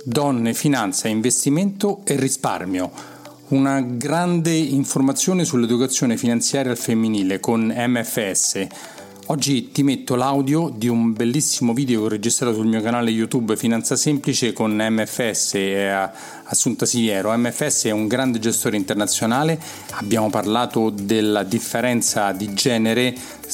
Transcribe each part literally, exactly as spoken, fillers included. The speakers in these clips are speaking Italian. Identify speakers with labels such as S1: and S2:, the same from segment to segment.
S1: donne, finanza, investimento e risparmio. Una grande informazione sull'educazione finanziaria al femminile con M F S. Oggi ti metto l'audio di un bellissimo video che ho registrato sul mio canale YouTube Finanza Semplice con M F S e Assunta Siviero. M F S è un grande gestore internazionale, abbiamo parlato della differenza di genere,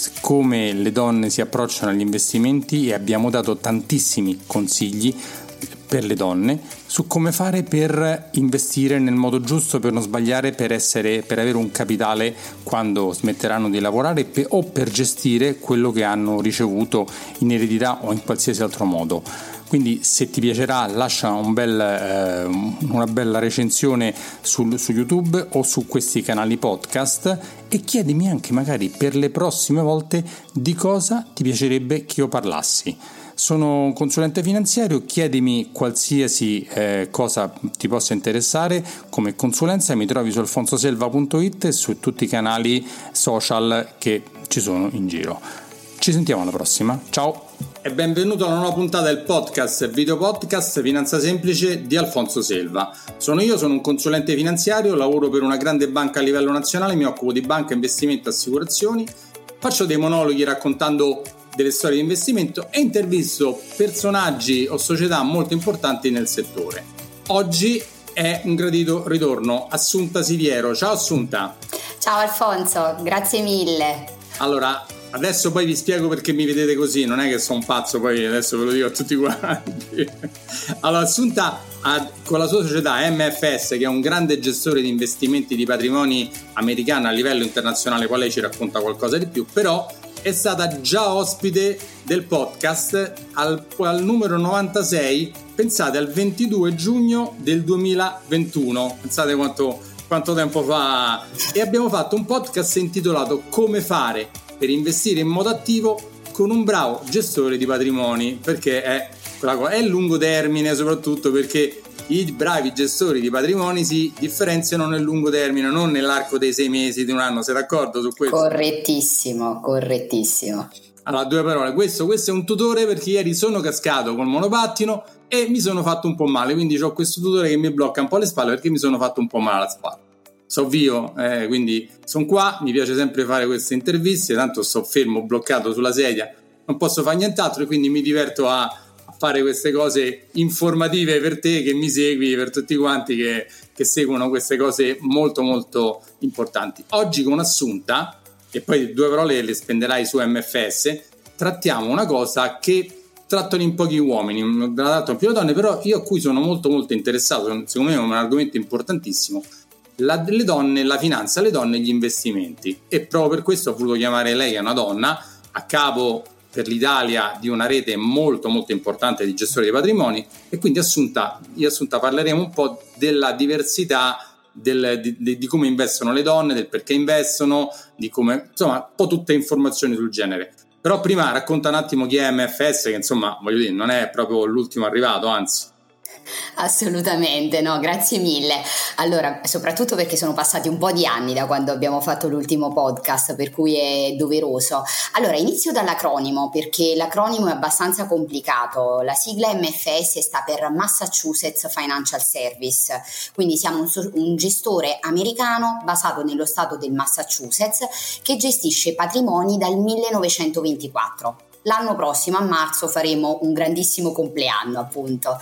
S1: come le donne si approcciano agli investimenti e abbiamo dato tantissimi consigli per le donne su come fare per investire nel modo giusto, per non sbagliare, per essere, per avere un capitale quando smetteranno di lavorare pe, o per gestire quello che hanno ricevuto in eredità o in qualsiasi altro modo. Quindi se ti piacerà lascia un bel, eh, una bella recensione sul, su YouTube o su questi canali podcast e chiedimi anche magari per le prossime volte di cosa ti piacerebbe che io parlassi. Sono consulente finanziario, chiedimi qualsiasi eh, cosa ti possa interessare come consulenza, mi trovi su alfonsoselva punto it e su tutti i canali social che ci sono in giro. Ci sentiamo alla prossima, ciao! E benvenuto alla nuova puntata del podcast, video podcast Finanza Semplice di Alfonso Selva. Sono io, sono un consulente finanziario, lavoro per una grande banca a livello nazionale, mi occupo di banca, investimento e assicurazioni, faccio dei monologhi raccontando delle storie di investimento e intervisto personaggi o società molto importanti nel settore. Oggi è un gradito ritorno Assunta Siviero. Ciao Assunta.
S2: Ciao Alfonso, grazie mille.
S1: Allora, adesso poi vi spiego perché mi vedete così, non è che sono un pazzo, poi adesso ve lo dico a tutti quanti. Allora, Assunta ha, con la sua società M F S, che è un grande gestore di investimenti di patrimoni americano a livello internazionale, poi lei ci racconta qualcosa di più, però è stata già ospite del podcast al, al numero novantasei, pensate al ventidue giugno del duemilaventuno, pensate quanto, quanto tempo fa, e abbiamo fatto un podcast intitolato Come fare per investire in modo attivo con un bravo gestore di patrimoni, perché è, quella cosa, è lungo termine, soprattutto perché i bravi gestori di patrimoni si differenziano nel lungo termine, non nell'arco dei sei mesi di un anno. Sei d'accordo su questo?
S2: Correttissimo, correttissimo.
S1: Allora, due parole. Questo, questo è un tutore perché ieri sono cascato col monopattino e mi sono fatto un po' male, quindi ho questo tutore che mi blocca un po' le spalle perché mi sono fatto un po' male alla spalla. So vivo, eh, quindi sono qua, mi piace sempre fare queste interviste, tanto sto fermo, bloccato sulla sedia, non posso fare nient'altro e quindi mi diverto a fare queste cose informative per te che mi segui, per tutti quanti che, che seguono queste cose molto molto importanti. Oggi con Assunta, e poi due parole le spenderai su M F S, trattiamo una cosa che trattano in pochi uomini, non la trattano più le donne, però io a cui sono molto molto interessato, secondo me è un argomento importantissimo, la, le donne, la finanza, le donne e gli investimenti, e proprio per questo ho voluto chiamare lei, che è una donna, a capo per l'Italia di una rete molto molto importante di gestori di patrimoni, e quindi Assunta, io Assunta parleremo un po' della diversità del, di, di, di come investono le donne, del perché investono, di come, insomma, un po' tutte informazioni sul genere. Però prima racconta un attimo chi è M F S, che insomma, voglio dire, non è proprio l'ultimo arrivato, anzi.
S2: Assolutamente, no, grazie mille. Allora, soprattutto perché sono passati un po' di anni da quando abbiamo fatto l'ultimo podcast, per cui è doveroso. Allora, inizio dall'acronimo, perché l'acronimo è abbastanza complicato. La sigla M F S sta per Massachusetts Financial Service, quindi siamo un, un gestore americano basato nello stato del Massachusetts che gestisce patrimoni dal millenovecentoventiquattro. L'anno prossimo, a marzo, faremo un grandissimo compleanno, appunto.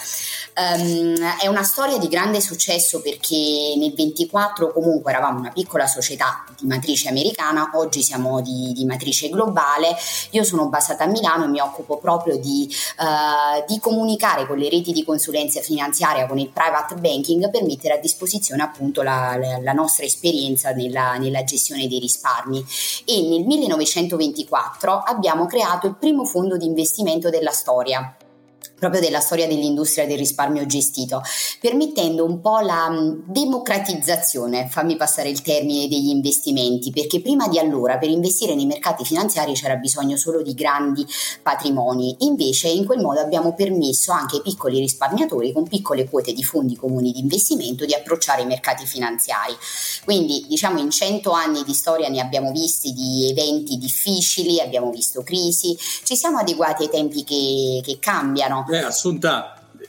S2: Um, è una storia di grande successo perché nel ventiquattro comunque eravamo una piccola società di matrice americana, oggi siamo di, di matrice globale. Io sono basata a Milano e mi occupo proprio di, uh, di comunicare con le reti di consulenza finanziaria, con il private banking, per mettere a disposizione appunto la, la, la nostra esperienza nella, nella gestione dei risparmi. E nel millenovecentoventiquattro abbiamo creato il primo primo fondo di investimento della storia, proprio della storia dell'industria del risparmio gestito, permettendo un po' la democratizzazione, fammi passare il termine, degli investimenti, perché prima di allora per investire nei mercati finanziari c'era bisogno solo di grandi patrimoni, invece in quel modo abbiamo permesso anche ai piccoli risparmiatori con piccole quote di fondi comuni di investimento di approcciare i mercati finanziari. Quindi diciamo in cento anni di storia ne abbiamo visti di eventi difficili, abbiamo visto crisi, ci siamo adeguati ai tempi che, che cambiano.
S1: Eh, Assunta,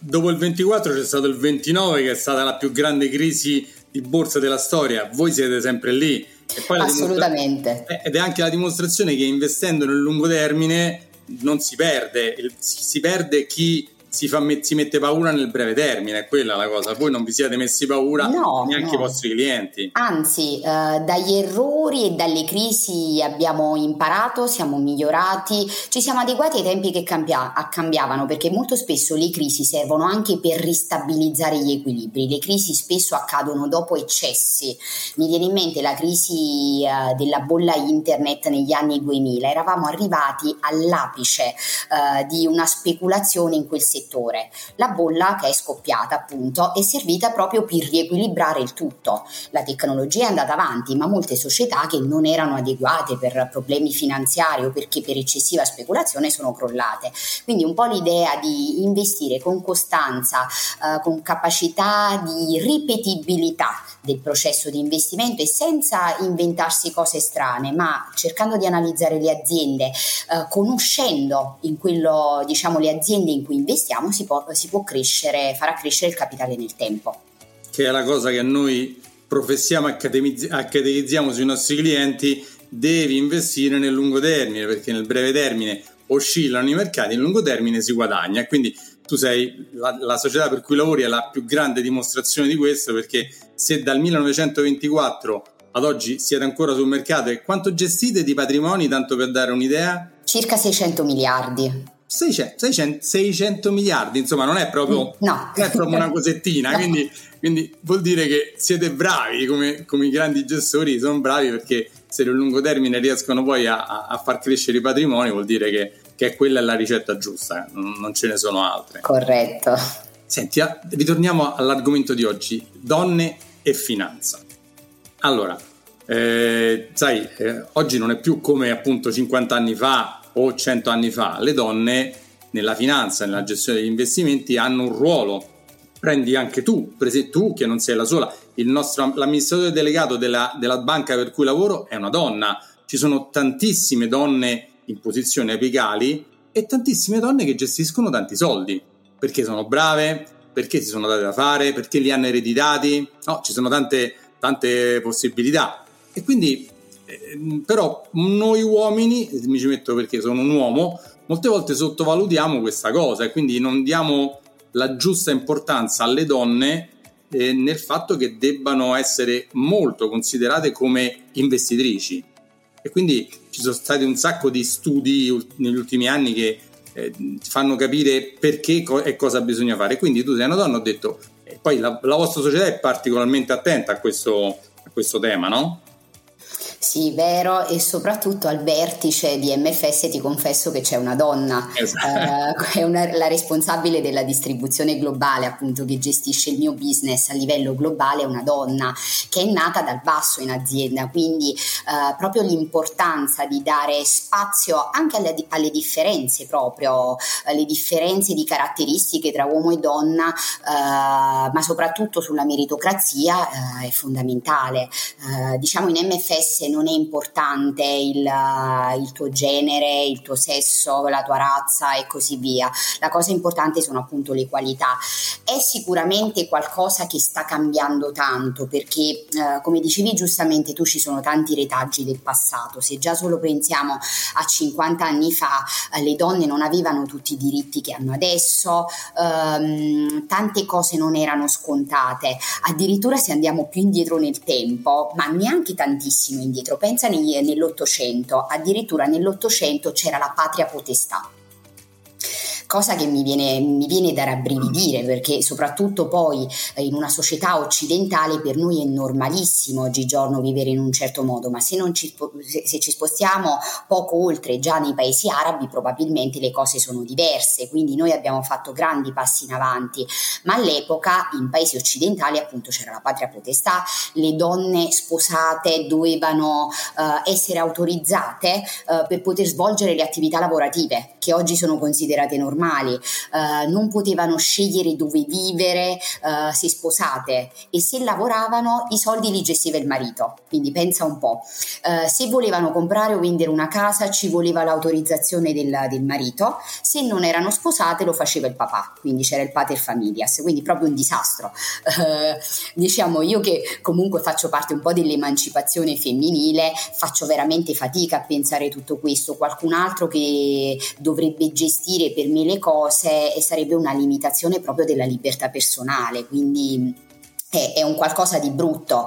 S1: dopo il ventiquattro c'è stato il ventinove, che è stata la più grande crisi di borsa della storia. Voi siete sempre lì. E poi
S2: assolutamente.
S1: Dimostra- ed è anche la dimostrazione che investendo nel lungo termine non si perde, si perde chi si, fa, si mette paura nel breve termine, è quella la cosa. Voi non vi siete messi paura,
S2: no,
S1: neanche
S2: no.
S1: i vostri clienti.
S2: Anzi, eh, dagli errori e dalle crisi abbiamo imparato, siamo migliorati, ci siamo adeguati ai tempi che cambia- cambiavano, perché molto spesso le crisi servono anche per ristabilizzare gli equilibri. Le crisi spesso accadono dopo eccessi. Mi viene in mente la crisi eh, della bolla internet negli anni duemila. Eravamo arrivati all'apice eh, di una speculazione in quel settore. La bolla, che è scoppiata appunto, è servita proprio per riequilibrare il tutto. La tecnologia è andata avanti, ma molte società che non erano adeguate per problemi finanziari o perché per eccessiva speculazione sono crollate. Quindi un po' l'idea di investire con costanza, eh, con capacità di ripetibilità del processo di investimento e senza inventarsi cose strane, ma cercando di analizzare le aziende, eh, conoscendo in quello, diciamo, le aziende in cui investiamo, si può, si può crescere, farà crescere il capitale nel tempo.
S1: Che è la cosa che noi professiamo, accademizziamo sui nostri clienti. Devi investire nel lungo termine, perché nel breve termine oscillano i mercati, nel lungo termine si guadagna. Quindi tu sei la, la società per cui lavori è la più grande dimostrazione di questo, perché se dal millenovecentoventiquattro ad oggi siete ancora sul mercato, e quanto gestite di patrimoni, tanto per dare un'idea?
S2: Circa seicento miliardi.
S1: seicento, seicento, seicento miliardi, insomma non è proprio,
S2: no.
S1: non è proprio una cosettina, no. quindi, quindi vuol dire che siete bravi, come, come i grandi gestori sono bravi, perché se nel lungo termine riescono poi a, a far crescere i patrimoni, vuol dire che, che quella è la ricetta giusta, non, non ce ne sono altre.
S2: Corretto.
S1: Senti, ritorniamo all'argomento di oggi, donne e finanza. Allora, eh, sai, eh, oggi non è più come appunto cinquanta anni fa o cento anni fa. Le donne nella finanza, nella gestione degli investimenti hanno un ruolo. Prendi anche tu, per esempio tu che non sei la sola, il nostro, l'amministratore delegato della, della banca per cui lavoro è una donna. Ci sono tantissime donne in posizioni apicali e tantissime donne che gestiscono tanti soldi, perché sono brave, perché si sono date da fare, perché li hanno ereditati. No, ci sono tante, tante possibilità. E quindi però noi uomini, mi ci metto perché sono un uomo, molte volte sottovalutiamo questa cosa e quindi non diamo la giusta importanza alle donne eh, nel fatto che debbano essere molto considerate come investitrici. E quindi ci sono stati un sacco di studi negli ultimi anni che eh, fanno capire perché co- e cosa bisogna fare. Quindi tu sei una donna, ho detto, e poi la, la vostra società è particolarmente attenta a questo, a questo tema, no?
S2: Sì, vero, e soprattutto al vertice di M F S ti confesso che c'è una donna, esatto. eh, è una, la responsabile della distribuzione globale, appunto, che gestisce il mio business a livello globale, è una donna che è nata dal basso in azienda, quindi eh, proprio l'importanza di dare spazio anche alle, alle differenze, proprio eh, le differenze di caratteristiche tra uomo e donna, eh, ma soprattutto sulla meritocrazia eh, è fondamentale. Eh, diciamo in M F S non è importante il, il tuo genere, il tuo sesso, la tua razza e così via. La cosa importante sono appunto le qualità. È sicuramente qualcosa che sta cambiando tanto perché, eh, come dicevi giustamente tu, ci sono tanti retaggi del passato. Se già solo pensiamo a cinquanta anni fa, eh, le donne non avevano tutti i diritti che hanno adesso, ehm, tante cose non erano scontate. Addirittura se andiamo più indietro nel tempo, ma neanche tantissimo indietro, pensa negli, nell'Ottocento, addirittura nell'Ottocento c'era la patria potestà, cosa che mi viene, mi viene da rabbrividire, perché soprattutto poi in una società occidentale per noi è normalissimo oggigiorno vivere in un certo modo, ma se, non ci, se ci spostiamo poco oltre, già nei paesi arabi, probabilmente le cose sono diverse, quindi noi abbiamo fatto grandi passi in avanti, ma all'epoca in paesi occidentali appunto c'era la patria potestà, le donne sposate dovevano uh, essere autorizzate uh, per poter svolgere le attività lavorative che oggi sono considerate normali. normali, uh, non potevano scegliere dove vivere uh, se sposate, e se lavoravano i soldi li gestiva il marito. Quindi pensa un po', uh, se volevano comprare o vendere una casa ci voleva l'autorizzazione del, del marito, se non erano sposate lo faceva il papà, quindi c'era il pater familias, quindi proprio un disastro. Uh, diciamo, io che comunque faccio parte un po' dell'emancipazione femminile, faccio veramente fatica a pensare tutto questo. Qualcun altro che dovrebbe gestire per me le cose, e sarebbe una limitazione proprio della libertà personale, quindi è, è un qualcosa di brutto.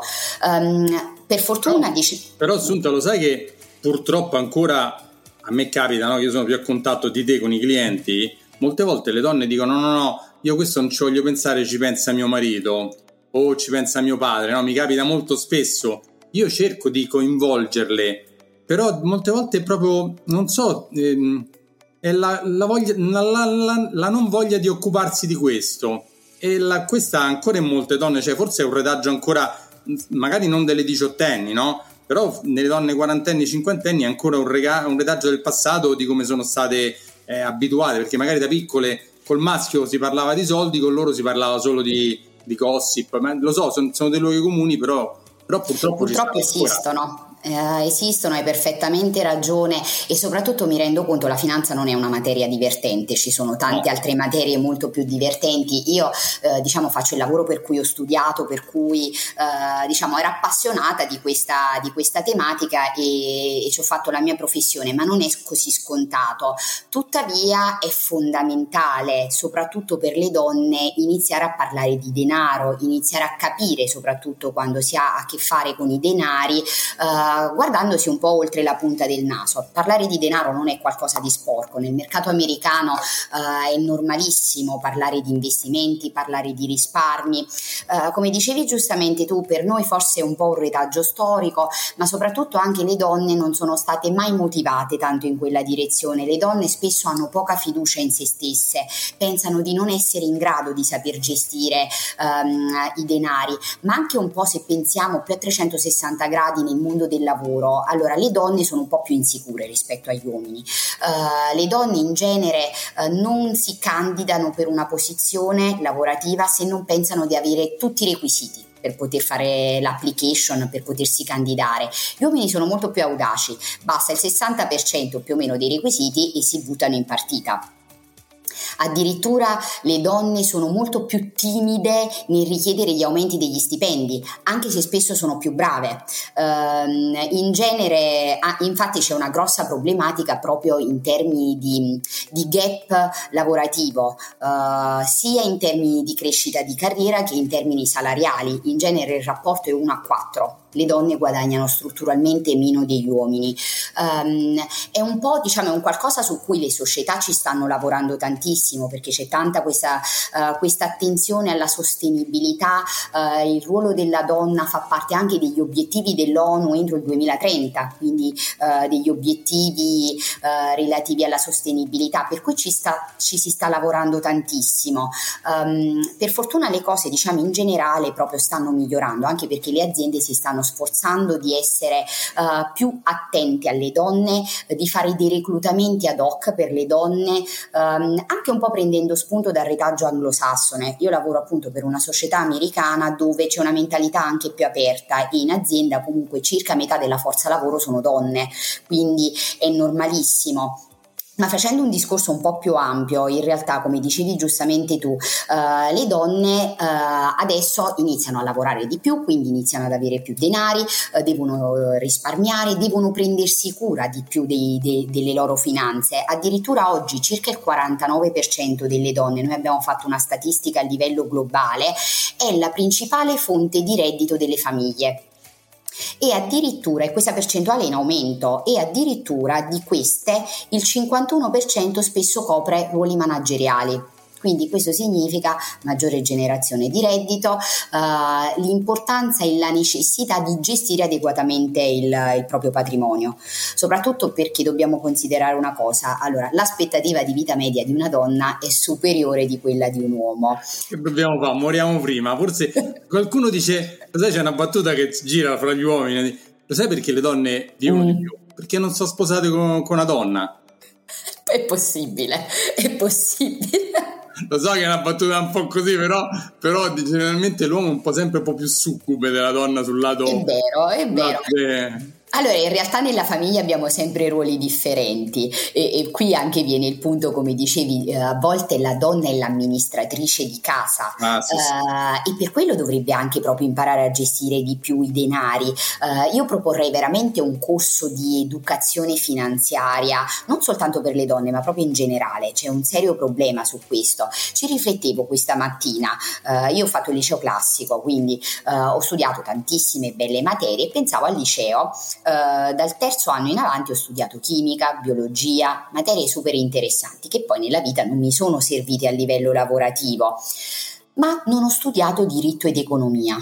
S2: Um, per fortuna
S1: no,
S2: dici...
S1: Però Assunta, lo sai che purtroppo ancora a me capita, no? Io sono più a contatto di te con i clienti, molte volte le donne dicono no no no, io questo non ci voglio pensare, ci pensa mio marito o ci pensa mio padre, no? Mi capita molto spesso, io cerco di coinvolgerle, però molte volte è proprio, non so, ehm, è la, la, voglia, la, la, la, la non voglia di occuparsi di questo, e la, questa ancora in molte donne, cioè forse è un retaggio ancora, magari non delle diciottenni, no? Però nelle donne quarantenni, cinquantenni è ancora un, rega- un retaggio del passato, di come sono state eh, abituate, perché magari da piccole col maschio si parlava di soldi, con loro si parlava solo di, di gossip, ma lo so, sono, sono dei luoghi comuni, però, però purtroppo,
S2: purtroppo esistono. Eh, esistono, hai perfettamente ragione, e soprattutto mi rendo conto la finanza non è una materia divertente, ci sono tante
S1: no.
S2: altre materie molto più divertenti. Io eh, diciamo faccio il lavoro per cui ho studiato, per cui eh, diciamo ero appassionata di questa, di questa tematica e, e ci ho fatto la mia professione, ma non è così scontato. Tuttavia è fondamentale, soprattutto per le donne, iniziare a parlare di denaro, iniziare a capire, soprattutto quando si ha a che fare con i denari, eh, guardandosi un po' oltre la punta del naso. Parlare di denaro non è qualcosa di sporco, nel mercato americano uh, è normalissimo parlare di investimenti, parlare di risparmi, uh, come dicevi giustamente tu, per noi forse è un po' un retaggio storico, ma soprattutto anche le donne non sono state mai motivate tanto in quella direzione. Le donne spesso hanno poca fiducia in se stesse, pensano di non essere in grado di saper gestire um, i denari, ma anche un po', se pensiamo più a trecentosessanta gradi nel mondo del lavoro, allora le donne sono un po' più insicure rispetto agli uomini. Uh, le donne in genere uh, non si candidano per una posizione lavorativa se non pensano di avere tutti i requisiti per poter fare l'application, per potersi candidare. Gli uomini sono molto più audaci, basta il sessanta per cento più o meno dei requisiti e si buttano in partita. Addirittura le donne sono molto più timide nel richiedere gli aumenti degli stipendi, anche se spesso sono più brave. Uh, in genere, ah, infatti c'è una grossa problematica proprio in termini di, di gap lavorativo, uh, sia in termini di crescita di carriera che in termini salariali. In genere il rapporto è uno a quattro. Le donne guadagnano strutturalmente meno degli uomini. Um, è un po', diciamo, è un qualcosa su cui le società ci stanno lavorando tantissimo, perché c'è tanta questa, uh, questa attenzione alla sostenibilità. Uh, il ruolo della donna fa parte anche degli obiettivi dell'ONU entro il duemilatrenta, quindi uh, degli obiettivi uh, relativi alla sostenibilità, per cui ci, sta, ci si sta lavorando tantissimo. Um, per fortuna le cose, diciamo, in generale proprio stanno migliorando, anche perché le aziende si stanno sforzando di essere uh, più attenti alle donne, uh, di fare dei reclutamenti ad hoc per le donne, um, anche un po' prendendo spunto dal retaggio anglosassone. Io lavoro appunto per una società americana dove c'è una mentalità anche più aperta, e in azienda comunque circa metà della forza lavoro sono donne, quindi è normalissimo. Ma facendo un discorso un po' più ampio, in realtà, come dicevi giustamente tu, uh, le donne uh, adesso iniziano a lavorare di più, quindi iniziano ad avere più denari, uh, devono risparmiare, devono prendersi cura di più dei, dei, delle loro finanze. Addirittura oggi circa il quarantanove per cento delle donne, noi abbiamo fatto una statistica a livello globale, è la principale fonte di reddito delle famiglie. E addirittura, e questa percentuale è in aumento, e addirittura di queste il cinquantuno per cento spesso copre ruoli manageriali. Quindi questo significa maggiore generazione di reddito, uh, l'importanza e la necessità di gestire adeguatamente il, il proprio patrimonio, soprattutto perché dobbiamo considerare una cosa: allora, l'aspettativa di vita media di una donna è superiore di quella di un uomo.
S1: Che dobbiamo fare? Moriamo prima. Forse qualcuno dice, lo sai, c'è una battuta che gira fra gli uomini, lo sai perché le donne vivono mm. di più? Perché non sono sposate con, con una donna.
S2: È possibile, è possibile.
S1: Lo so che è una battuta un po' così, però, però generalmente l'uomo è un po' sempre un po' più succube della donna sul lato...
S2: È vero, è vero.
S1: De...
S2: Allora, in realtà nella famiglia abbiamo sempre ruoli differenti e, e qui anche viene il punto, come dicevi, eh, a volte la donna è l'amministratrice di casa,
S1: ah, sì, sì.
S2: Eh, e per quello dovrebbe anche proprio imparare a gestire di più i denari. Eh, io proporrei veramente un corso di educazione finanziaria, non soltanto per le donne ma proprio in generale, c'è un serio problema su questo. Ci riflettevo questa mattina, eh, io ho fatto il liceo classico, quindi eh, ho studiato tantissime belle materie e pensavo al liceo. Uh, dal terzo anno in avanti ho studiato chimica, biologia, materie super interessanti che poi nella vita non mi sono servite a livello lavorativo, ma non ho studiato diritto ed economia.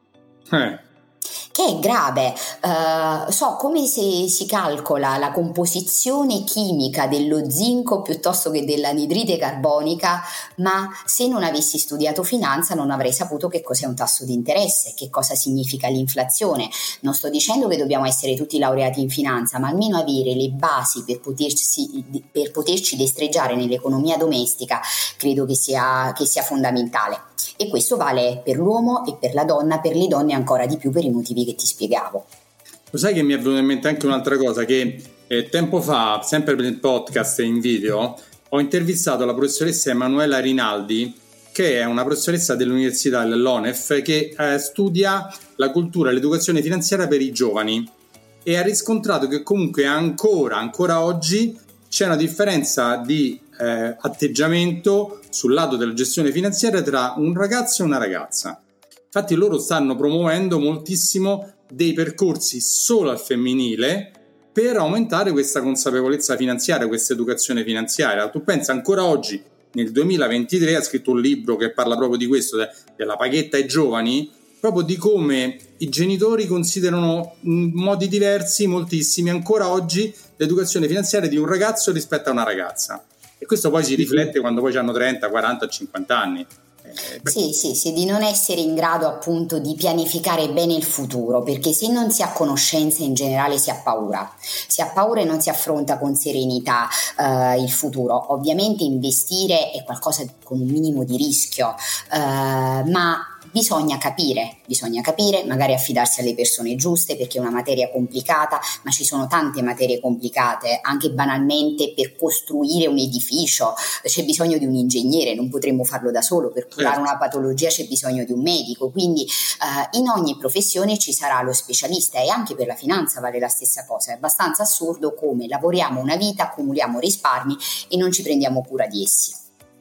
S1: Eh.
S2: Che è grave, uh, so come se si calcola la composizione chimica dello zinco piuttosto che dell'anidride carbonica, ma se non avessi studiato finanza non avrei saputo che cos'è un tasso di interesse, che cosa significa l'inflazione. Non sto dicendo che dobbiamo essere tutti laureati in finanza, ma almeno avere le basi per potersi, per poterci destreggiare nell'economia domestica credo che sia, che sia fondamentale. E questo vale per l'uomo e per la donna, per le donne ancora di più per i motivi che ti spiegavo.
S1: Lo sai che mi è venuta in mente anche un'altra cosa, che eh, tempo fa, sempre per il podcast e in video, ho intervistato la professoressa Emanuela Rinaldi, che è una professoressa dell'Università dell'O N E F che eh, studia la cultura e l'educazione finanziaria per i giovani e ha riscontrato che comunque ancora, ancora oggi c'è una differenza di eh, atteggiamento sul lato della gestione finanziaria tra un ragazzo e una ragazza. Infatti loro stanno promuovendo moltissimo dei percorsi solo al femminile per aumentare questa consapevolezza finanziaria, questa educazione finanziaria. Tu pensa, ancora oggi, nel duemilaventitré, ha scritto un libro che parla proprio di questo, de- della paghetta ai giovani, proprio di come i genitori considerano in modi diversi, moltissimi, ancora oggi, l'educazione finanziaria di un ragazzo rispetto a una ragazza. E questo poi si riflette quando poi hanno trenta, quaranta, cinquanta anni.
S2: Sì, sì, sì, di non essere in grado appunto di pianificare bene il futuro, perché se non si ha conoscenza in generale si ha paura, si ha paura e non si affronta con serenità uh, il futuro. Ovviamente investire è qualcosa con un minimo di rischio, uh, ma bisogna capire, bisogna capire, magari affidarsi alle persone giuste perché è una materia complicata, ma ci sono tante materie complicate, anche banalmente per costruire un edificio c'è bisogno di un ingegnere, non potremmo farlo da solo, per curare una patologia c'è bisogno di un medico, quindi eh, in ogni professione ci sarà lo specialista e anche per la finanza vale la stessa cosa. È abbastanza assurdo come lavoriamo una vita, accumuliamo risparmi e non ci prendiamo cura di essi.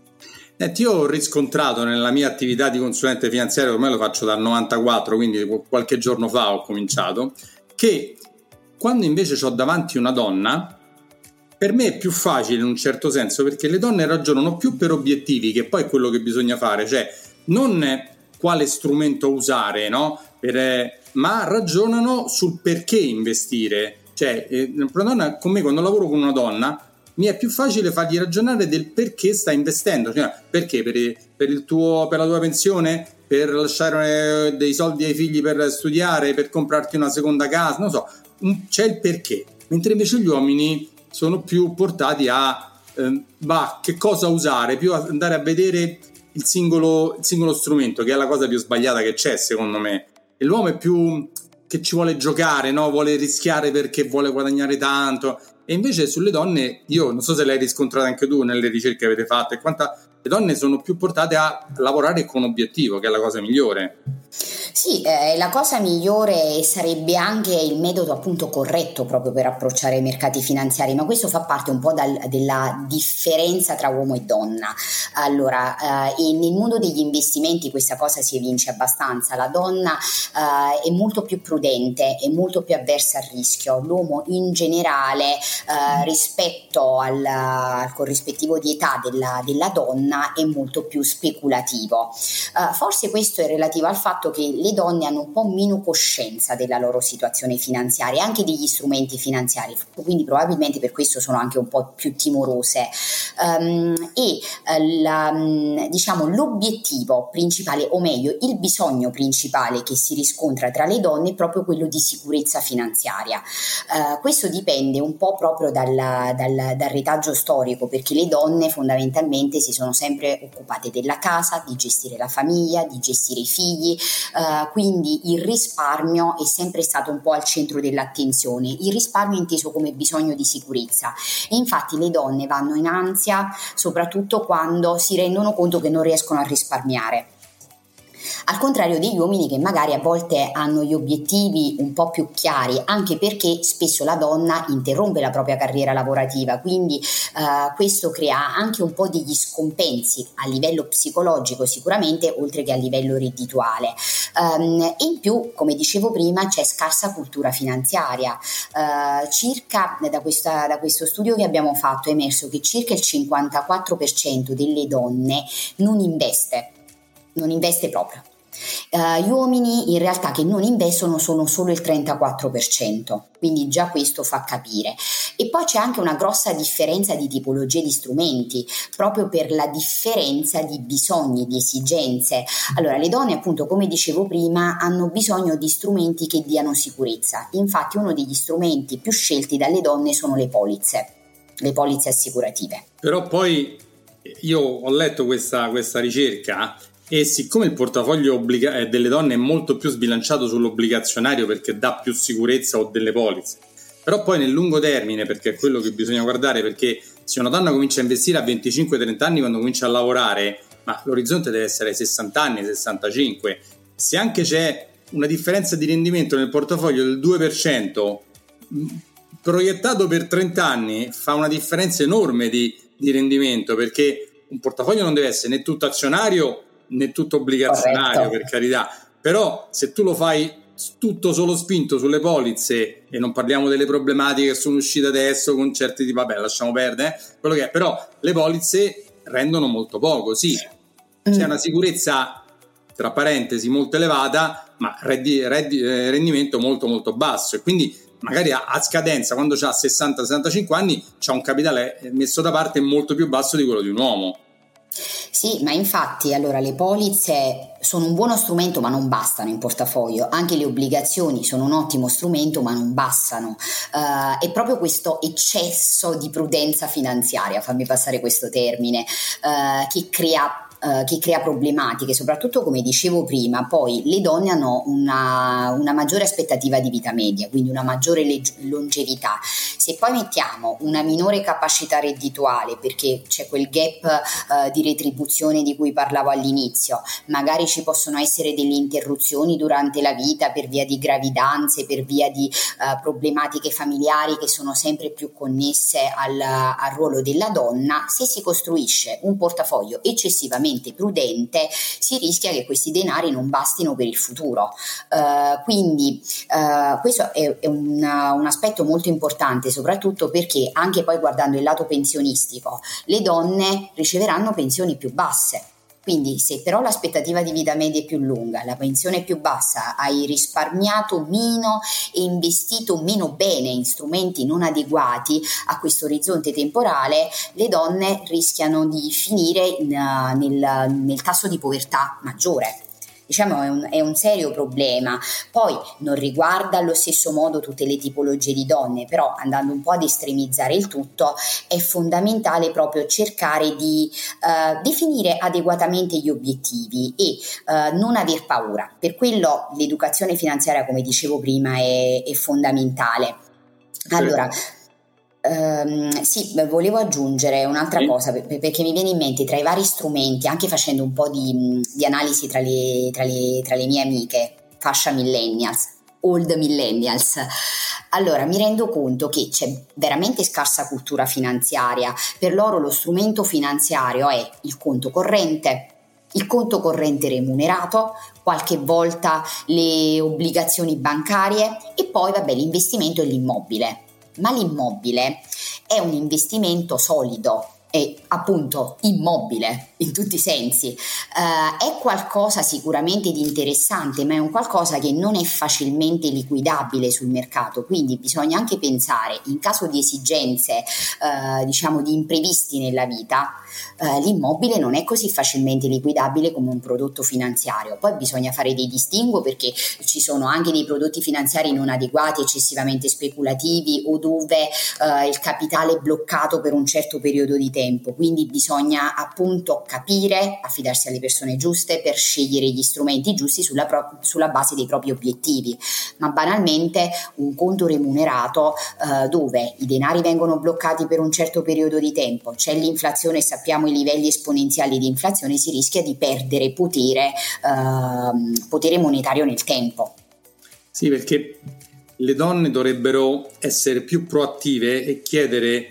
S1: Eh, io ho riscontrato nella mia attività di consulente finanziario, ormai lo faccio dal novantaquattro, quindi qualche giorno fa ho cominciato, che quando invece ho davanti una donna, per me è più facile in un certo senso, perché le donne ragionano più per obiettivi, che poi è quello che bisogna fare, cioè non quale strumento usare, no? Per, eh, ma ragionano sul perché investire. Cioè, eh, una donna, con me, quando lavoro con una donna, mi è più facile fargli ragionare del perché sta investendo, cioè perché per, per, il tuo, per la tua pensione, per lasciare dei soldi ai figli per studiare, per comprarti una seconda casa, non so, c'è il perché, mentre invece gli uomini sono più portati a eh, bah, che cosa usare, più a andare a vedere il singolo, il singolo strumento, che è la cosa più sbagliata che c'è secondo me. E l'uomo è più che ci vuole giocare, no? Vuole rischiare perché vuole guadagnare tanto. E invece sulle donne, io non so se l'hai riscontrato anche tu nelle ricerche che avete fatto, e quanta le donne sono più portate a lavorare con obiettivo, che è la cosa migliore.
S2: Sì, eh, la cosa migliore sarebbe anche il metodo appunto corretto proprio per approcciare i mercati finanziari, ma questo fa parte un po' dal, della differenza tra uomo e donna. Allora, eh, nel mondo degli investimenti questa cosa si evince abbastanza, la donna eh, è molto più prudente, è molto più avversa al rischio, l'uomo in generale eh, rispetto al, al corrispettivo di età della, della donna è molto più speculativo. Eh, forse questo è relativo al fatto che le le donne hanno un po' meno coscienza della loro situazione finanziaria, anche degli strumenti finanziari, quindi probabilmente per questo sono anche un po' più timorose. Um, e uh, la, diciamo l'obiettivo principale, o meglio il bisogno principale che si riscontra tra le donne è proprio quello di sicurezza finanziaria. Uh, questo dipende un po' proprio dal, dal, dal retaggio storico, perché le donne fondamentalmente si sono sempre occupate della casa, di gestire la famiglia, di gestire i figli, uh, quindi il risparmio è sempre stato un po' al centro dell'attenzione, il risparmio inteso come bisogno di sicurezza, e infatti le donne vanno in ansia soprattutto quando si rendono conto che non riescono a risparmiare. Al contrario degli uomini, che magari a volte hanno gli obiettivi un po' più chiari, anche perché spesso la donna interrompe la propria carriera lavorativa, quindi eh, questo crea anche un po' degli scompensi a livello psicologico sicuramente, oltre che a livello reddituale. Um, e in più, come dicevo prima, c'è scarsa cultura finanziaria. Uh, circa da, questa, da questo studio che abbiamo fatto è emerso che circa il cinquantaquattro per cento delle donne non investe, non investe proprio. Uh, gli uomini in realtà che non investono sono solo il trentaquattro per cento, quindi già questo fa capire. E poi c'è anche una grossa differenza di tipologie di strumenti, proprio per la differenza di bisogni, di esigenze. Allora, le donne, appunto, come dicevo prima, hanno bisogno di strumenti che diano sicurezza. Infatti uno degli strumenti più scelti dalle donne sono le polizze, le polizze assicurative.
S1: Però poi io ho letto questa, questa ricerca, e siccome il portafoglio obbliga- eh, delle donne è molto più sbilanciato sull'obbligazionario perché dà più sicurezza o delle polizze, però poi nel lungo termine, perché è quello che bisogna guardare, perché se una donna comincia a investire a venticinque trenta anni quando comincia a lavorare, ma l'orizzonte deve essere sessanta anni, sessantacinque, se anche c'è una differenza di rendimento nel portafoglio del due per cento proiettato per trenta anni, fa una differenza enorme di, di rendimento, perché un portafoglio non deve essere né tutto azionario né tutto obbligazionario. Corretto. Per carità, però se tu lo fai tutto solo spinto sulle polizze, e non parliamo delle problematiche che sono uscite adesso con certi tipi, vabbè, lasciamo perdere, eh, quello che è, però le polizze rendono molto poco, sì, c'è una sicurezza tra parentesi molto elevata, ma reddi, reddi, eh, rendimento molto molto basso, e quindi magari a, a scadenza, quando c'ha sessanta sessantacinque anni, c'ha un capitale messo da parte molto più basso di quello di un uomo.
S2: Sì, ma infatti allora le polizze sono un buono strumento ma non bastano in portafoglio, anche le obbligazioni sono un ottimo strumento ma non bastano, uh, è proprio questo eccesso di prudenza finanziaria, fammi passare questo termine, uh, che crea Uh, che crea problematiche, soprattutto come dicevo prima. Poi le donne hanno una, una maggiore aspettativa di vita media, quindi una maggiore leg- longevità. Se poi mettiamo una minore capacità reddituale, perché c'è quel gap uh, di retribuzione di cui parlavo all'inizio, magari ci possono essere delle interruzioni durante la vita per via di gravidanze, per via di uh, problematiche familiari che sono sempre più connesse al, al ruolo della donna. Se si costruisce un portafoglio eccessivamente prudente, si rischia che questi denari non bastino per il futuro. Uh, quindi uh, questo è, è una, un aspetto molto importante, soprattutto perché anche poi guardando il lato pensionistico, le donne riceveranno pensioni più basse. Quindi se però l'aspettativa di vita media è più lunga, la pensione è più bassa, hai risparmiato meno e investito meno bene in strumenti non adeguati a questo orizzonte temporale, le donne rischiano di finire in, nel, nel tasso di povertà maggiore. Diciamo è un, è un serio problema. Poi non riguarda allo stesso modo tutte le tipologie di donne, però andando un po' ad estremizzare il tutto, è fondamentale proprio cercare di uh, definire adeguatamente gli obiettivi e uh, non aver paura. Per quello l'educazione finanziaria, come dicevo prima, è, è fondamentale. Allora, Um, sì, volevo aggiungere un'altra sì. cosa, perché mi viene in mente tra i vari strumenti, anche facendo un po' di, di analisi tra le, tra, le, tra le mie amiche, fascia millennials, old millennials, allora mi rendo conto che c'è veramente scarsa cultura finanziaria. Per loro lo strumento finanziario è il conto corrente, il conto corrente remunerato, qualche volta le obbligazioni bancarie e poi vabbè l'investimento e l'immobile. Ma l'immobile è un investimento solido, è appunto immobile in tutti i sensi. Uh, è qualcosa sicuramente di interessante, ma è un qualcosa che non è facilmente liquidabile sul mercato, quindi bisogna anche pensare, in caso di esigenze uh, diciamo di imprevisti nella vita, uh, l'immobile non è così facilmente liquidabile come un prodotto finanziario. Poi bisogna fare dei distinguo, perché ci sono anche dei prodotti finanziari non adeguati, eccessivamente speculativi, o dove uh, il capitale è bloccato per un certo periodo di tempo. Tempo. Quindi bisogna appunto capire, affidarsi alle persone giuste per scegliere gli strumenti giusti sulla, pro- sulla base dei propri obiettivi. Ma banalmente un conto remunerato eh, dove i denari vengono bloccati per un certo periodo di tempo, c'è l'inflazione e sappiamo i livelli esponenziali di inflazione, si rischia di perdere potere, eh, potere monetario nel tempo.
S1: Sì, perché le donne dovrebbero essere più proattive e chiedere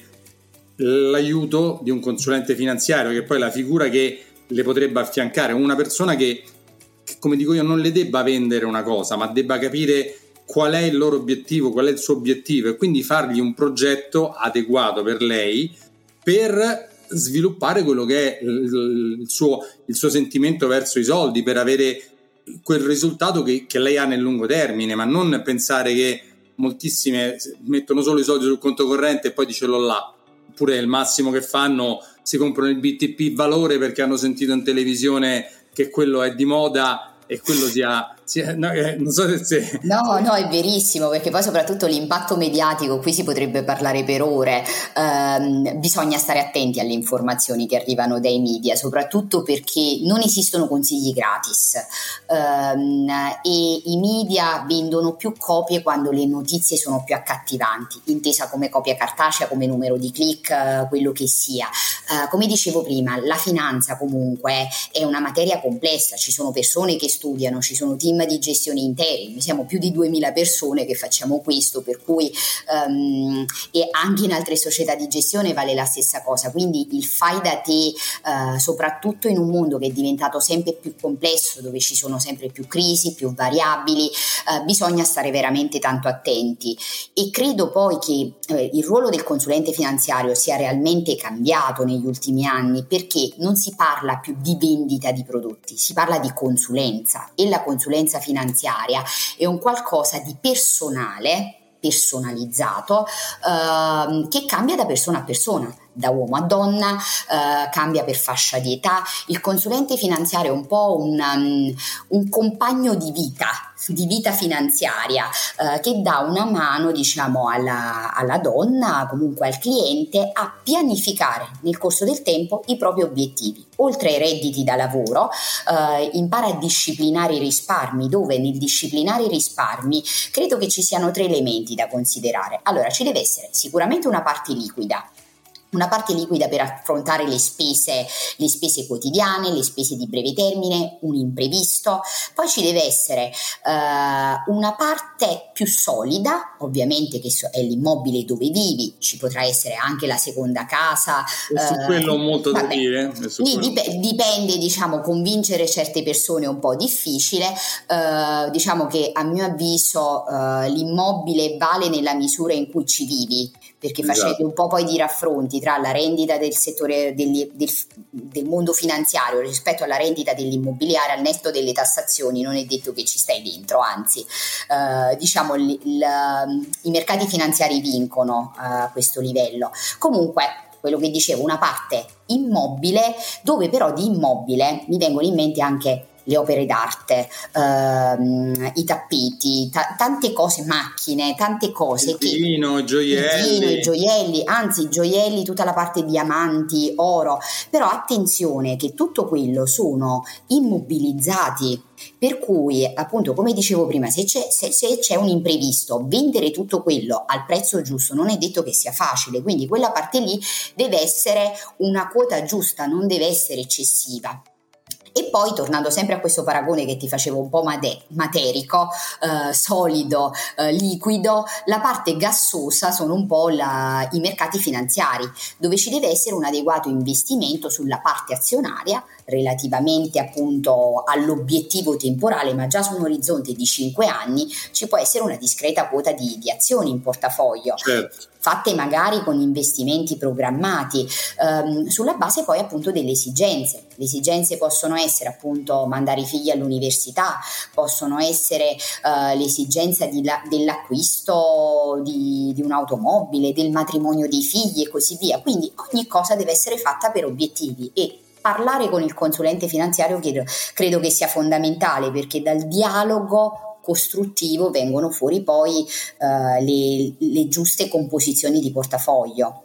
S1: l'aiuto di un consulente finanziario, che poi è la figura che le potrebbe affiancare, una persona che, che, come dico io, non le debba vendere una cosa, ma debba capire qual è il loro obiettivo, qual è il suo obiettivo, e quindi fargli un progetto adeguato per lei per sviluppare quello che è il, il, suo, il suo sentimento verso i soldi, per avere quel risultato che, che lei ha nel lungo termine, ma non pensare che moltissime mettono solo i soldi sul conto corrente e poi ce l'ho là. Oppure il massimo che fanno, si comprano il B T P valore perché hanno sentito in televisione che quello è di moda e quello sia, sia no, eh, non so se, se
S2: no no è verissimo, perché poi soprattutto l'impatto mediatico, qui si potrebbe parlare per ore. Um, bisogna stare attenti alle informazioni che arrivano dai media, soprattutto perché non esistono consigli gratis, um, e i media vendono più copie quando le notizie sono più accattivanti, intesa come copia cartacea, come numero di click, uh, quello che sia. Uh, come dicevo prima, la finanza comunque è una materia complessa, ci sono persone che studiano, ci sono team di gestione interi, noi siamo più di duemila persone che facciamo questo, per cui um, e anche in altre società di gestione vale la stessa cosa, quindi il fai da te, uh, soprattutto in un mondo che è diventato sempre più complesso, dove ci sono sempre più crisi, più variabili, uh, bisogna stare veramente tanto attenti. E credo poi che eh, il ruolo del consulente finanziario sia realmente cambiato negli ultimi anni, perché non si parla più di vendita di prodotti, si parla di consulenza, e la consulenza finanziaria è un qualcosa di personale, personalizzato, eh, che cambia da persona a persona, da uomo a donna, eh, cambia per fascia di età. Il consulente finanziario è un po' un, um, un compagno di vita, di vita finanziaria, eh, che dà una mano, diciamo, alla, alla donna, comunque al cliente, a pianificare nel corso del tempo i propri obiettivi. Oltre ai redditi da lavoro, eh, impara a disciplinare i risparmi, dove nel disciplinare i risparmi credo che ci siano tre elementi da considerare. Allora, ci deve essere sicuramente una parte liquida, una parte liquida per affrontare le spese, le spese quotidiane, le spese di breve termine, un imprevisto. Poi ci deve essere uh, una parte più solida, ovviamente, che è l'immobile dove vivi, ci potrà essere anche la seconda casa.
S1: E su uh, quello ho molto da dire.
S2: Lì dip- dipende, diciamo, convincere certe persone è un po' difficile. Uh, diciamo che a mio avviso uh, l'immobile vale nella misura in cui ci vivi, perché esatto. Facendo un po' poi di raffronti tra la rendita del settore del, del, del mondo finanziario rispetto alla rendita dell'immobiliare, al netto delle tassazioni, non è detto che ci stai dentro, anzi eh, diciamo il, il, i mercati finanziari vincono a questo livello. Comunque, quello che dicevo, una parte immobile, dove però di immobile mi vengono in mente anche le opere d'arte, ehm, i tappeti, ta- tante cose, macchine, tante cose.
S1: Il vino, i gioielli.
S2: Il vino, i gioielli, anzi i gioielli, tutta la parte diamanti, oro. Però attenzione che tutto quello sono immobilizzati, per cui appunto, come dicevo prima, se c'è, se, se c'è un imprevisto, vendere tutto quello al prezzo giusto non è detto che sia facile, quindi quella parte lì deve essere una quota giusta, non deve essere eccessiva. E poi, tornando sempre a questo paragone che ti facevo un po' mate- materico, eh, solido, eh, liquido, la parte gassosa sono un po' la, i mercati finanziari, dove ci deve essere un adeguato investimento sulla parte azionaria relativamente appunto all'obiettivo temporale, ma già su un orizzonte di cinque anni ci può essere una discreta quota di, di azioni in portafoglio.
S1: Certo.
S2: Fatte magari con investimenti programmati, ehm, sulla base poi appunto delle esigenze. Le esigenze possono essere appunto mandare i figli all'università, possono essere eh, l'esigenza di la, dell'acquisto di, di un'automobile, del matrimonio dei figli e così via. Quindi ogni cosa deve essere fatta per obiettivi, e parlare con il consulente finanziario credo, credo che sia fondamentale, perché dal dialogo costruttivo vengono fuori poi uh, le, le giuste composizioni di portafoglio.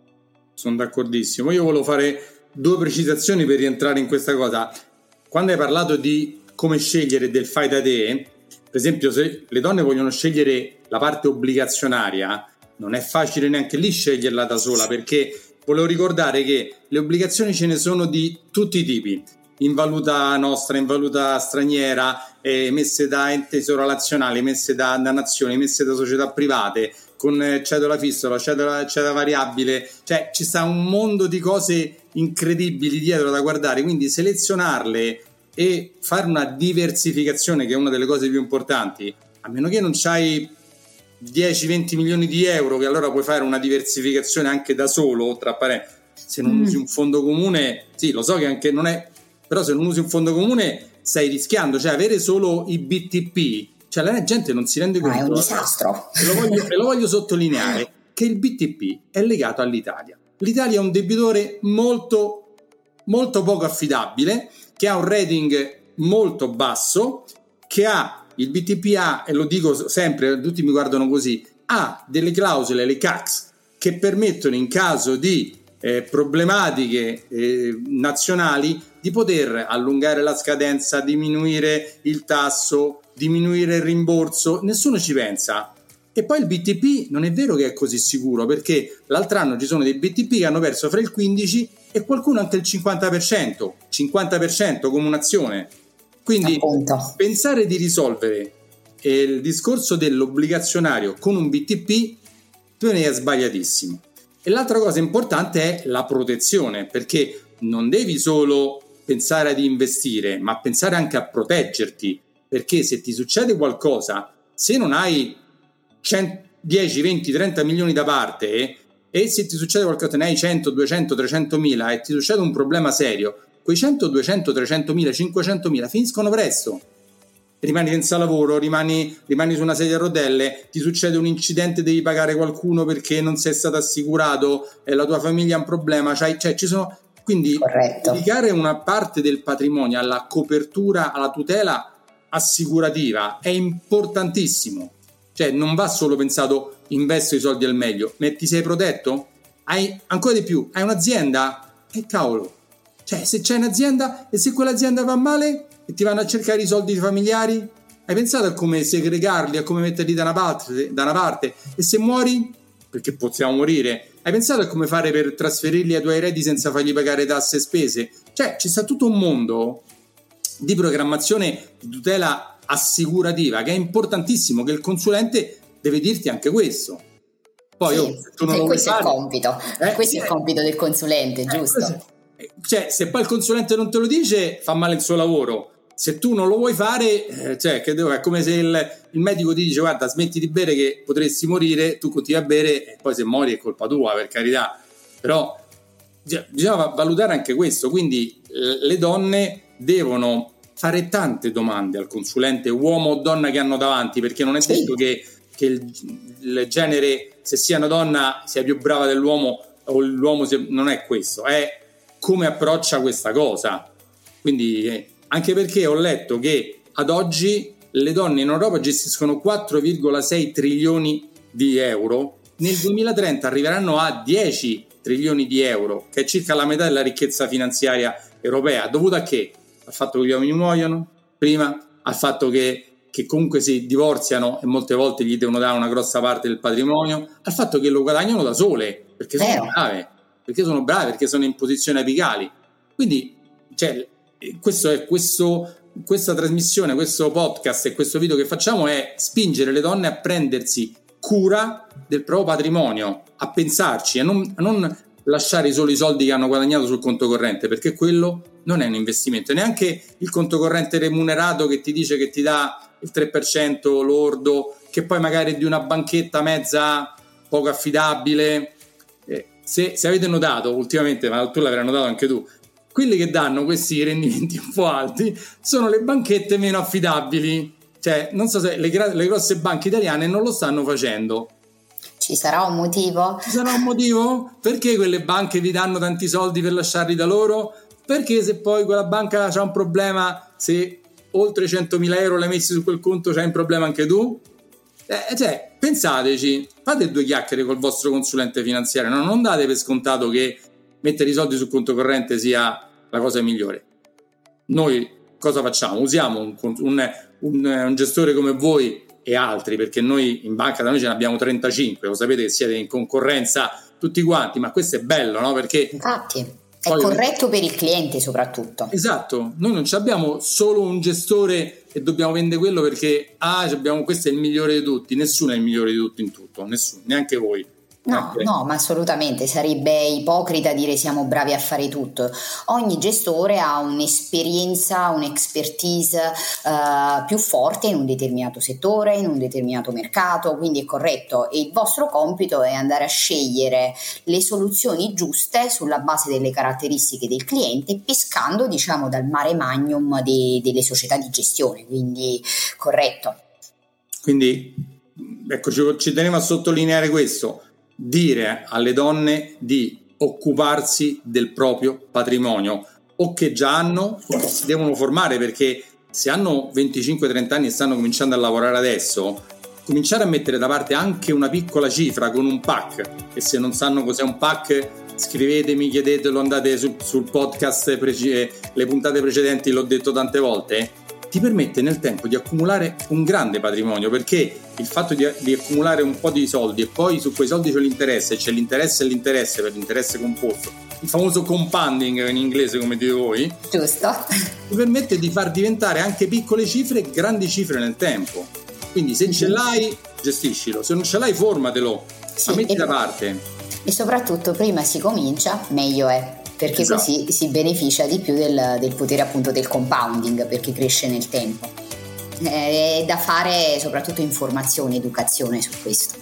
S1: Sono d'accordissimo. Io volevo fare due precisazioni per rientrare in questa cosa. Quando hai parlato di come scegliere del fai da te, per esempio, se le donne vogliono scegliere la parte obbligazionaria, non è facile neanche lì sceglierla da sola, perché volevo ricordare che le obbligazioni ce ne sono di tutti i tipi, in valuta nostra, in valuta straniera, eh, messe da ente tesoro nazionale, messe da, da nazioni, messe da società private, con cedola fissola, cedola, cedola variabile, cioè ci sta un mondo di cose incredibili dietro da guardare, quindi selezionarle e fare una diversificazione, che è una delle cose più importanti, a meno che non c'hai dieci venti milioni di euro, che allora puoi fare una diversificazione anche da solo, tra parentesi. Se non mm. usi un fondo comune, sì, lo so che anche non è, però se non usi un fondo comune stai rischiando, cioè avere solo i B T P, cioè la gente non si rende conto.
S2: Ah, è un disastro.
S1: E lo voglio, e lo voglio sottolineare, che il B T P è legato all'Italia. L'Italia è un debitore molto, molto poco affidabile, che ha un rating molto basso, che ha, il B T P ha, e lo dico sempre, tutti mi guardano così, ha delle clausole, le C A Cs, che permettono in caso di eh, problematiche eh, nazionali di poter allungare la scadenza, diminuire il tasso, diminuire il rimborso. Nessuno ci pensa. E poi il B T P non è vero che è così sicuro, perché l'altro anno ci sono dei B T P che hanno perso fra il quindici e qualcuno anche il cinquanta per cento, cinquanta per cento come un'azione. Quindi appunto, pensare di risolvere eh, il discorso dell'obbligazionario con un B T P per me è sbagliatissimo. E l'altra cosa importante è la protezione, perché non devi solo pensare ad investire, ma pensare anche a proteggerti, perché se ti succede qualcosa, se non hai dieci, venti, trenta milioni da parte eh, e se ti succede qualcosa, ne hai cento, duecento, trecento mila e ti succede un problema serio, quei cento, duecento, trecento mila, cinquecento mila finiscono presto. Rimani senza lavoro, rimani, rimani su una sedia a rotelle, ti succede un incidente, devi pagare qualcuno perché non sei stato assicurato, e la tua famiglia ha un problema, cioè, cioè ci sono, quindi
S2: corretto,
S1: dedicare una parte del patrimonio alla copertura, alla tutela assicurativa è importantissimo. Cioè non va solo pensato investo i soldi al meglio, ma ti sei protetto? Hai ancora di più, hai un'azienda? E cavolo, cioè se c'è un'azienda e se quell'azienda va male e ti vanno a cercare i soldi familiari, hai pensato a come segregarli, a come metterli da una parte, da una parte? E se muori, perché possiamo morire, hai pensato a come fare per trasferirli ai tuoi eredi senza fargli pagare tasse e spese? Cioè ci sta tutto un mondo di programmazione di tutela assicurativa che è importantissimo, che il consulente deve dirti anche questo. Poi
S2: sì,
S1: oh, se tu non lo
S2: questo
S1: vuoi
S2: è il
S1: fare,
S2: compito,
S1: eh,
S2: questo
S1: eh,
S2: è il compito del consulente,
S1: eh,
S2: giusto?
S1: Cioè se poi il consulente non te lo dice fa male il suo lavoro. Se tu non lo vuoi fare, eh, cioè che devo, è come se il, il medico ti dice guarda smetti di bere che potresti morire, tu continui a bere e poi se muori è colpa tua, per carità, però cioè, bisogna valutare anche questo. Quindi eh, le donne devono fare tante domande al consulente, uomo o donna che hanno davanti, perché non è
S2: sì.
S1: detto che, che il, il genere, se sia una donna sia più brava dell'uomo o l'uomo sia, non è questo, è come approccia questa cosa. Quindi eh, anche perché ho letto che ad oggi le donne in Europa gestiscono quattro virgola sei trilioni di euro, nel duemilatrenta arriveranno a dieci trilioni di euro, che è circa la metà della ricchezza finanziaria europea. Dovuto a che? Al fatto che gli uomini muoiono prima, al fatto che, che comunque si divorziano e molte volte gli devono dare una grossa parte del patrimonio, al fatto che lo guadagnano da sole, perché sono
S2: Vero.
S1: brave, perché sono brave, perché sono in posizioni apicali. Quindi cioè, questo è questo, questa trasmissione, questo podcast e questo video che facciamo è spingere le donne a prendersi cura del proprio patrimonio, a pensarci, a non, a non lasciare solo i soldi che hanno guadagnato sul conto corrente, perché quello non è un investimento. Neanche il conto corrente remunerato che ti dice che ti dà il tre per cento lordo, che poi magari è di una banchetta mezza poco affidabile. Eh, se, se avete notato ultimamente, ma tu l'avrai notato anche tu, quelli che danno questi rendimenti un po' alti sono le banchette meno affidabili. Cioè, non so se le, le grosse banche italiane non lo stanno facendo.
S2: Ci sarà un motivo?
S1: Ci sarà un motivo? Perché quelle banche vi danno tanti soldi per lasciarli da loro? Perché se poi quella banca ha un problema, se oltre centomila euro l'hai messi su quel conto, c'hai un problema anche tu? Eh, cioè, pensateci, fate due chiacchiere col vostro consulente finanziario, no? Non date per scontato che mettere i soldi sul conto corrente sia la cosa migliore. Noi cosa facciamo? Usiamo un, un, un, un gestore come voi e altri, perché noi in banca da noi ce ne abbiamo trentacinque, lo sapete che siete in concorrenza tutti quanti, ma questo è bello, no? Perché
S2: infatti è corretto per il cliente soprattutto.
S1: Esatto, noi non abbiamo solo un gestore e dobbiamo vendere quello perché ah, abbiamo, questo è il migliore di tutti. Nessuno è il migliore di tutti in tutto, nessuno, neanche voi.
S2: No,
S1: okay.
S2: no, ma assolutamente sarebbe ipocrita dire siamo bravi a fare tutto. Ogni gestore ha un'esperienza, un'expertise uh, più forte in un determinato settore, in un determinato mercato, quindi è corretto. E il vostro compito è andare a scegliere le soluzioni giuste sulla base delle caratteristiche del cliente, pescando, diciamo, dal mare magnum de- delle società di gestione, quindi corretto.
S1: Quindi, ecco, ci, ci tenevo a sottolineare questo. Dire alle donne di occuparsi del proprio patrimonio, o che già hanno o che si devono formare, perché se hanno venticinque trenta anni e stanno cominciando a lavorare adesso, cominciare a mettere da parte anche una piccola cifra con un P A C, e se non sanno cos'è un P A C scrivetemi, chiedetelo, andate sul, sul podcast, prece- le puntate precedenti l'ho detto tante volte, ti permette nel tempo di accumulare un grande patrimonio, perché il fatto di, di accumulare un po' di soldi e poi su quei soldi c'è l'interesse, c'è l'interesse e l'interesse per l'interesse composto, il famoso compounding in inglese come dite voi,
S2: giusto,
S1: ti permette di far diventare anche piccole cifre grandi cifre nel tempo. Quindi se ce l'hai, gestiscilo, se non ce l'hai, formatelo, sì, ma metti e, da parte.
S2: E soprattutto prima si comincia meglio è, perché esatto. Così si beneficia di più del, del potere appunto del compounding, perché cresce nel tempo. È da fare soprattutto informazione, educazione su questo.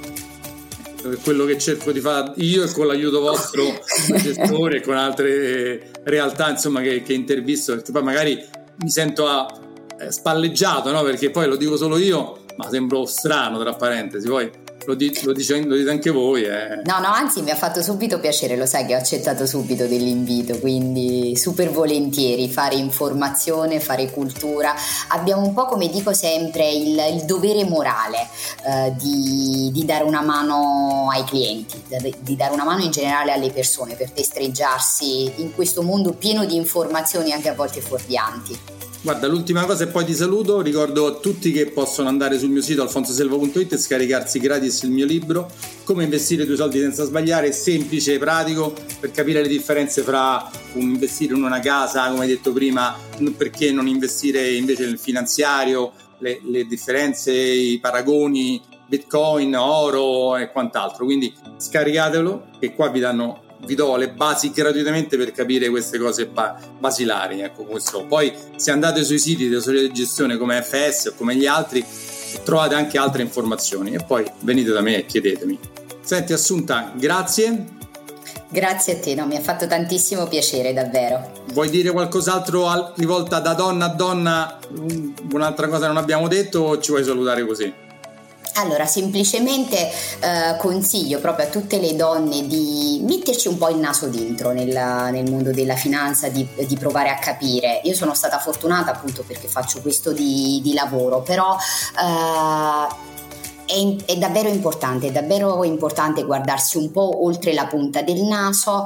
S1: Quello che cerco di fare io e con l'aiuto vostro gestore e con altre realtà insomma che, che intervisto, perché poi magari mi sento a, eh, spalleggiato, no? Perché poi lo dico solo io, ma sembro strano tra parentesi, poi Lo, di, lo, dice, lo dite anche voi eh.
S2: No, no, anzi mi ha fatto subito piacere, lo sai che ho accettato subito dell'invito, quindi super volentieri fare informazione, fare cultura. Abbiamo un po', come dico sempre, il, il dovere morale eh, di, di dare una mano ai clienti, di dare una mano in generale alle persone per destreggiarsi in questo mondo pieno di informazioni anche a volte fuorvianti.
S1: Guarda, l'ultima cosa e poi ti saluto. Ricordo a tutti che possono andare sul mio sito alfonsoselva punto it e scaricarsi gratis il mio libro Come investire i tuoi soldi senza sbagliare, semplice e pratico per capire le differenze fra un investire in una casa, come hai detto prima, perché non investire invece nel finanziario, le, le differenze, i paragoni, Bitcoin, oro e quant'altro. Quindi scaricatelo, che qua vi danno vi do le basi gratuitamente per capire queste cose ba- basilari, ecco questo. Poi se andate sui siti delle società di gestione come F S o come gli altri trovate anche altre informazioni e poi venite da me e chiedetemi. Senti Assunta, grazie.
S2: Grazie a te, no, mi ha fatto tantissimo piacere, davvero.
S1: Vuoi dire qualcos'altro al- rivolta da donna a donna, un'altra cosa non abbiamo detto, o ci vuoi salutare così?
S2: Allora, semplicemente eh, consiglio proprio a tutte le donne di metterci un po' il naso dentro nella, nel mondo della finanza, di, di provare a capire. Io sono stata fortunata appunto perché faccio questo di, di lavoro, però eh, è, è davvero importante, è davvero importante guardarsi un po' oltre la punta del naso,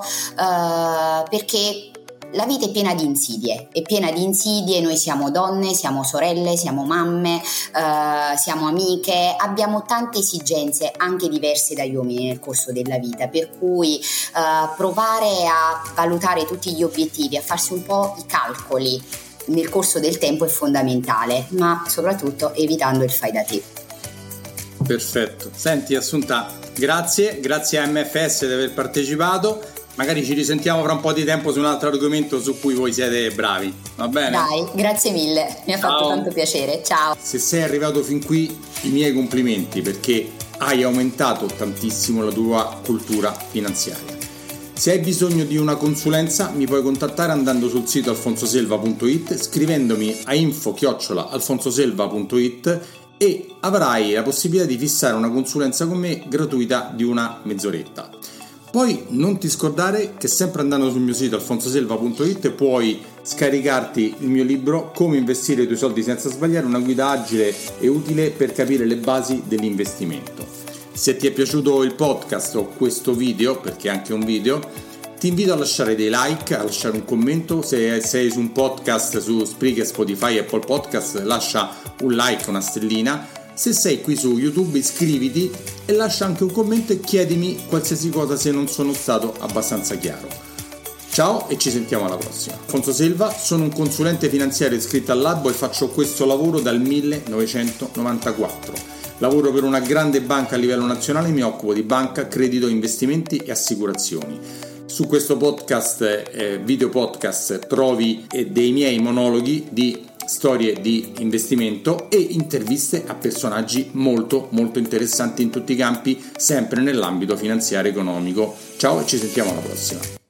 S2: eh, perché la vita è piena di insidie, è piena di insidie, noi siamo donne, siamo sorelle, siamo mamme, eh, siamo amiche, abbiamo tante esigenze anche diverse dagli uomini nel corso della vita, per cui eh, provare a valutare tutti gli obiettivi, a farsi un po' i calcoli nel corso del tempo è fondamentale, ma soprattutto evitando il fai da te.
S1: Perfetto, senti Assunta, grazie, grazie a M F S di aver partecipato. magari ci risentiamo fra un po' di tempo su un altro argomento su cui voi siete bravi, va bene?
S2: Dai, grazie mille, mi ha
S1: Ciao.
S2: fatto tanto piacere, ciao.
S1: Se sei arrivato fin qui, i miei complimenti, perché hai aumentato tantissimo la tua cultura finanziaria. Se hai bisogno di una consulenza mi puoi contattare andando sul sito alfonsoselva punto it, scrivendomi a info chiocciola alfonsoselva punto it e avrai la possibilità di fissare una consulenza con me gratuita di una mezz'oretta. Poi non ti scordare che sempre andando sul mio sito alfonsoselva punto it puoi scaricarti il mio libro Come investire i tuoi soldi senza sbagliare, una guida agile e utile per capire le basi dell'investimento. Se ti è piaciuto il podcast o questo video, perché è anche un video, ti invito a lasciare dei like, a lasciare un commento. Se sei su un podcast su Spreaker, Spotify, Apple Podcast, lascia un like, una stellina. Se sei qui su YouTube iscriviti e lascia anche un commento e chiedimi qualsiasi cosa se non sono stato abbastanza chiaro. Ciao e ci sentiamo alla prossima. Alfonso Selva, sono un consulente finanziario iscritto all'albo e faccio questo lavoro dal millenovecentonovantaquattro. Lavoro per una grande banca a livello nazionale e mi occupo di banca, credito, investimenti e assicurazioni. Su questo podcast, eh, video podcast, trovi eh, dei miei monologhi di storie di investimento e interviste a personaggi molto molto interessanti in tutti i campi, sempre nell'ambito finanziario e economico. Ciao e ci sentiamo alla prossima.